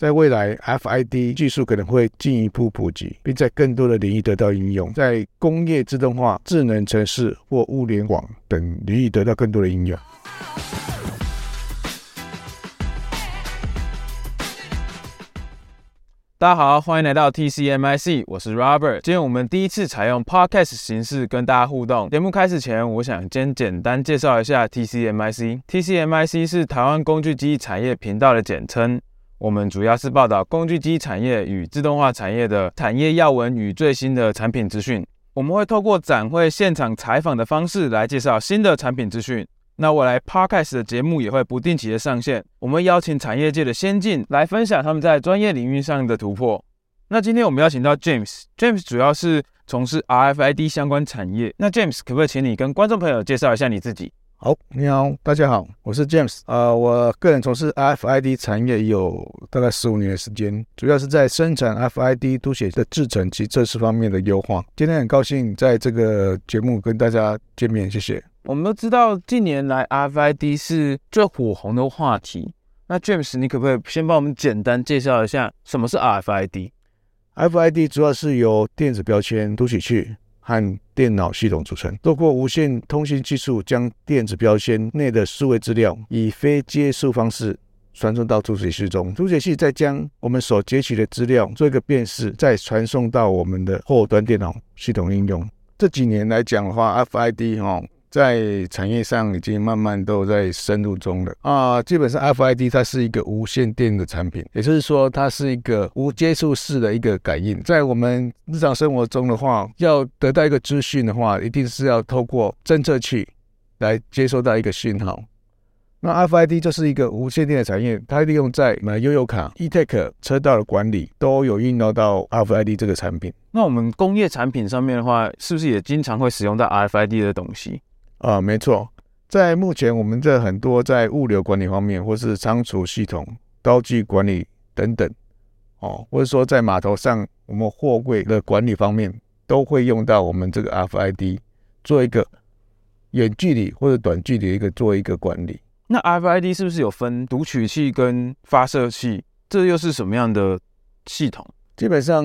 在未来 FID 技术可能会进一步普及，并在更多的领域得到应用，在工业自动化、智能城市或物联网等领域得到更多的应用。 大家好，欢迎来到 TCMIC， 我是 Robert。今天我们第一次采用 Podcast 形式跟大家互动。节目开始前，我想先简单介绍一下 TCMIC。TCMIC 是台湾工具机产业频道的简称。我们主要是报道工具机产业与自动化产业的产业要闻与最新的产品资讯。我们会透过展会现场采访的方式来介绍新的产品资讯。那未来 Podcast 的节目也会不定期的上线，我们会邀请产业界的先进来分享他们在专业领域上的突破。那今天我们邀请到 James 主要是从事 RFID 相关产业。那 James 可不可以请你跟观众朋友介绍一下你自己？ 好，你好，大家好，我是 James。我个人从事 RFID 产业有大概15年的时间，主要是在生产 RFID 读写的制程及测试方面的优化。今天很高兴在这个节目跟大家见面，谢谢。 我们都知道近年来 RFID 是最火红的话题。那 James 你可不可以先帮我们简单介绍一下什么是 RFID？RFID 主要是由电子标签、读取器和电脑系统组成，透过无线通信技术将电子标签内的数位资料以非接触方式传送到读写器中，读写器再将我们所截取的资料做一个辨识，再传送到我们的后端电脑系统应用。这几年来讲的话 RFID在产业上已经慢慢都在深入中了基本上 RFID 它是一个无线电的产品，也就是说它是一个无接触式的一个感应。在我们日常生活中的话，要得到一个资讯的话，一定是要透过侦测器来接收到一个讯号。那 RFID 就是一个无线电的产业，它利用在悠游卡、e-tag 车道的管理都有运用到 RFID 这个产品。 那我们工业产品上面的话，是不是也经常会使用到 RFID 的东西？ 没错，在目前我们这很多在物流管理方面，或是仓储系统、刀具管理等等或者说在码头上我们货柜的管理方面，都会用到我们这个 RFID 做一个远距离或者短距离做一个管理。 那 RFID 是不是有分读取器跟发射器？这又是什么样的系统？ 基本上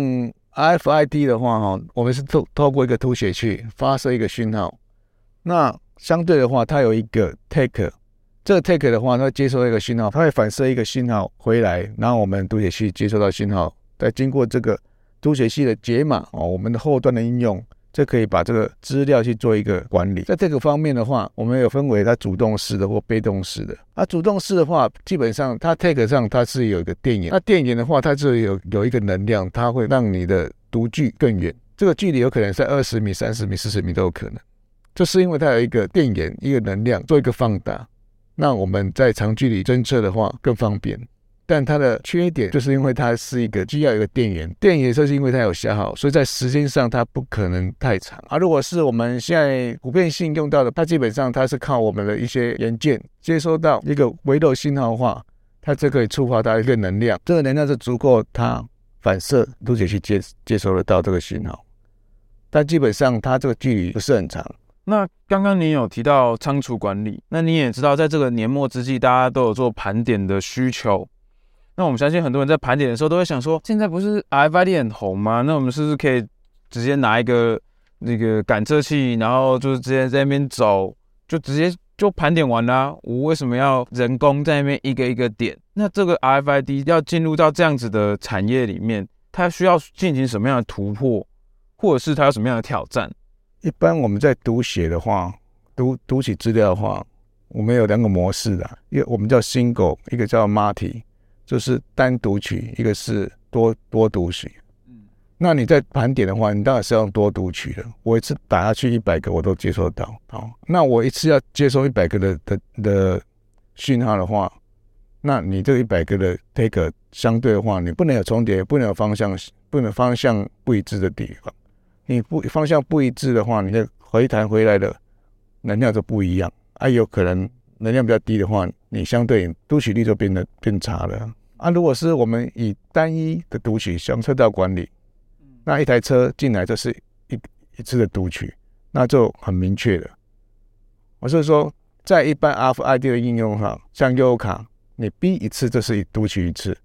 RFID 的话我们是透过一个读写器发射一个讯号。那相对的话，它有一个 tag， 这个 tag 的话，它接收一个讯号，它会反射一个讯号回来，然后我们读写器接收到讯号，再经过这个读写器的解码我们的后端的应用，这可以把这个资料去做一个管理。在这个方面的话，我们有分为它主动式的或被动式的。主动式的话，基本上它 tag 上它是有一个电源，那电源的话，它是有一个能量，它会让你的读距更远，这个距离有可能在20米、30米、40米都有可能。就是因为它有一个电源，一个能量做一个放大，那我们在长距离侦测的话更方便。但它的缺点就是因为它是一个需要有一个电源，电源就是因为它有消耗，所以在时间上它不可能太长如果是我们现在普遍性用到的，它基本上它是靠我们的一些元件接收到一个微弱信号的话，它就可以触发到一个能量，这个能量是足够它反射读写器接收得到这个信号，但基本上它这个距离不是很长。 那刚刚您有提到仓储管理，那你也知道在这个年末之际，大家都有做盘点的需求。那我们相信很多人在盘点的时候都会想说，现在不是 RFID 很红吗？那我们是不是可以直接拿一个那个感测器，然后就直接在那边走，就直接就盘点完啦我为什么要人工在那边一个一个点？那这个 RFID 要进入到这样子的产业里面，它需要进行什么样的突破，或者是它有什么样的挑战？ 一般我们在读写的话，读取资料的话，我们有2个模式的，一个我们叫 single， 一个叫 multi， 就是单读取，一个是多读取。那你在盘点的话，你当然是要用多读取的。我一次打下去100个我都接收到。那我一次要接收100个的讯号的话，那你这个100个的 take 相对的话，你不能有重叠，不能有方向不一致的地方。你方向不一致的话，你的回弹回来的能量就不一样有可能能量比较低的话，你相对读取率就变差了如果是我们以单一的读取像车道管理，那一台车进来就是一次的读取，那就很明确了。我是说在一般 RFID 的应用上，像悠游卡，你逼一次就是读取一次，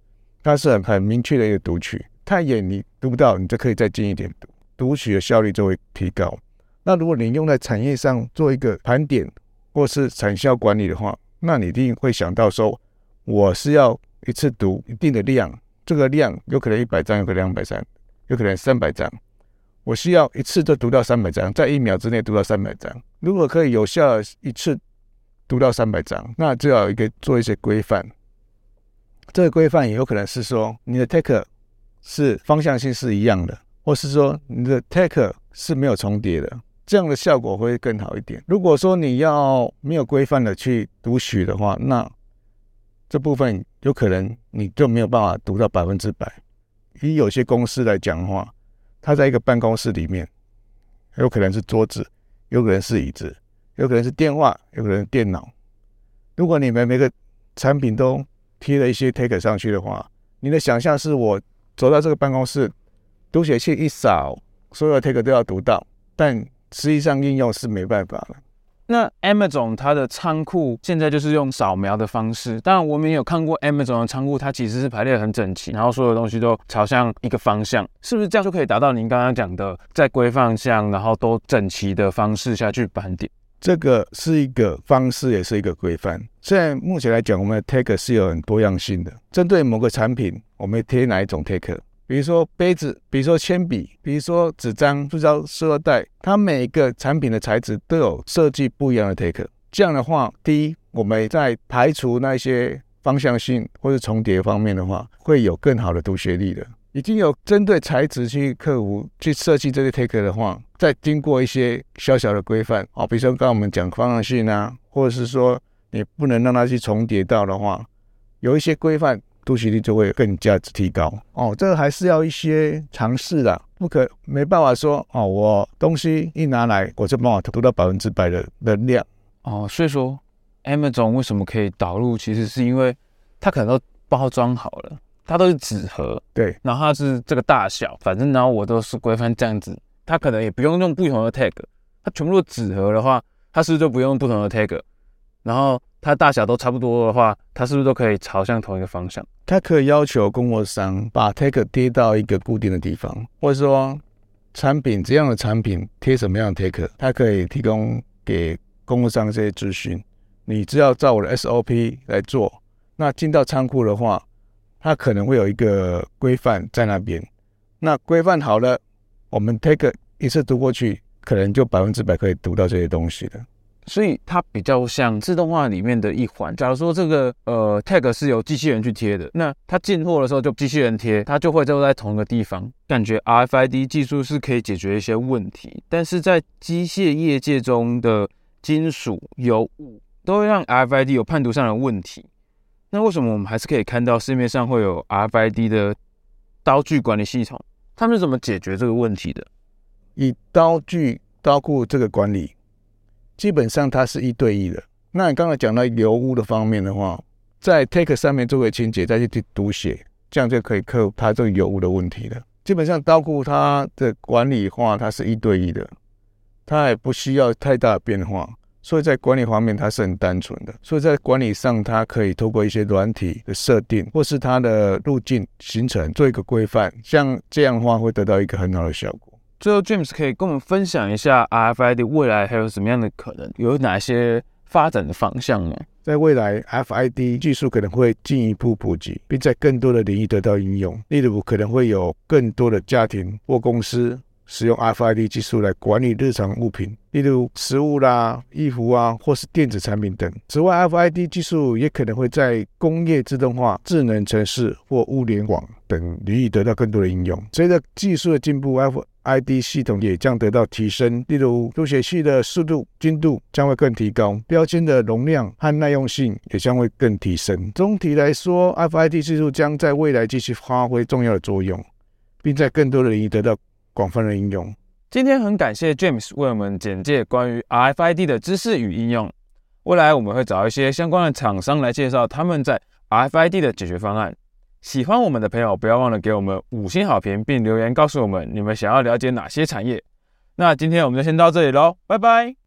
它是很明确的一个读取，太远你读不到，你就可以再近一点读，读取的效率就会提高。那如果你用在产业上做一个盘点或是产销管理的话，那你一定会想到说，我是要一次读一定的量，这个量有可能100张，有可能200张，有可能300张，我需要一次就读到300张，在1秒之内读到300张。如果可以有效的一次读到300张，那就要做一些规范。这个规范也有可能是说，你的 take 是方向性是一样的，或是说你的 take 是没有重叠的，这样的效果会更好一点。如果说你要没有规范的去读取的话，那这部分有可能你就没有办法读到100%。以有些公司来讲的话，它在一个办公室里面，有可能是桌子，有可能是椅子，有可能是电话，有可能是电脑。如果你们每个产品都贴了一些 take 上去的话，你的想象是我走到这个办公室，读写器一扫，所有的 take 都要读到，但实际上应用是没办法的。 那 Amazon 它的仓库现在就是用扫描的方式，当然我们也有看过 Amazon 的仓库，它其实是排列很整齐，然后所有东西都朝向一个方向，是不是这样就可以达到您刚刚讲的在规范上，然后都整齐的方式下去盘点？ 这个是一个方式，也是一个规范。虽然目前来讲，我们的 take 是有很多样性的，针对某个产品，我们贴哪一种 take， 比如说杯子，比如说铅笔，比如说纸张、塑料袋，它每个产品的材质都有设计不一样的 take。这样的话，第一，我们在排除那些方向性或是重叠方面的话，会有更好的读学力的。已经有针对材质去克服去设计这些 take 的话，再经过一些小小的规范，比如说刚刚我们讲方向性啊，或者是说你不能让它去重叠到的话，有一些规范，读取率就会更加提高。这个还是要一些尝试的，没办法说我东西一拿来我就帮我读到100%的量。 所以说 Amazon 为什么可以导入，其实是因为它可能都包装好了。它都是纸盒， 对， 然后它是这个大小，反正然后我都是规范这样子，它可能也不用不同的 tag， 它全部都纸盒的话，它是不是就不用不同的 tag？ 然后它大小都差不多的话，它是不是都可以朝向同一个方向？ 它可以要求供货商把 tag 贴到一个固定的地方，或者说产品这样的产品贴什么样的 tag， 它可以提供给供货商这些资讯，你只要照我的 SOP 来做，那进到仓库的话，它可能会有一个规范在那边，那规范好了，我们 take 一次读过去，可能就100%可以读到这些东西的。 所以它比较像自动化里面的一环。假如说这个tag 是由机器人去贴的，那它进货的时候就机器人贴，它就会都在同一个地方。感觉 RFID 技术是可以解决一些问题，但是在机械业界中的金属、油污都会让 RFID 有判读上的问题。那为什么我们还是可以看到市面上会有 RFID 的刀具管理系统？他们是怎么解决这个问题的？ 以刀库这个管理，基本上它是1对1的。那你刚才讲到油污的方面的话，在 take 上面做个清洁，再去读写，这样就可以克服它这个油污的问题了。基本上刀库它的管理话，它是1对1的，它也不需要太大的变化。所以在管理方面它是很单纯的，所以在管理上它可以透过一些软体的设定，或是它的路径行程做一个规范，像这样的话会得到一个很好的效果。 最后 James 可以跟我们分享一下 RFID 未来还有什么样的可能，有哪些发展的方向呢？ 在未来 RFID 技术可能会进一步普及，并在更多的领域得到应用，例如可能会有更多的家庭或公司使用 RFID 技术来管理日常物品，例如食物啦、衣服啊，或是电子产品等。此外 RFID 技术也可能会在工业自动化、智能城市或物联网等领域得到更多的应用。随着技术的进步， RFID 系统也将得到提升，例如读写器的速度、精度将会更提高，标签的容量和耐用性也将会更提升。总体来说， RFID 技术将在未来继续发挥重要的作用，并在更多的领域得到广泛的应用。 今天很感谢 James 为我们简介关于 RFID 的知识与应用。未来我们会找一些相关的厂商来介绍他们在 RFID 的解决方案。喜欢我们的朋友不要忘了给我们5星好评，并留言告诉我们你们想要了解哪些产业。那今天我们就先到这里咯，拜拜。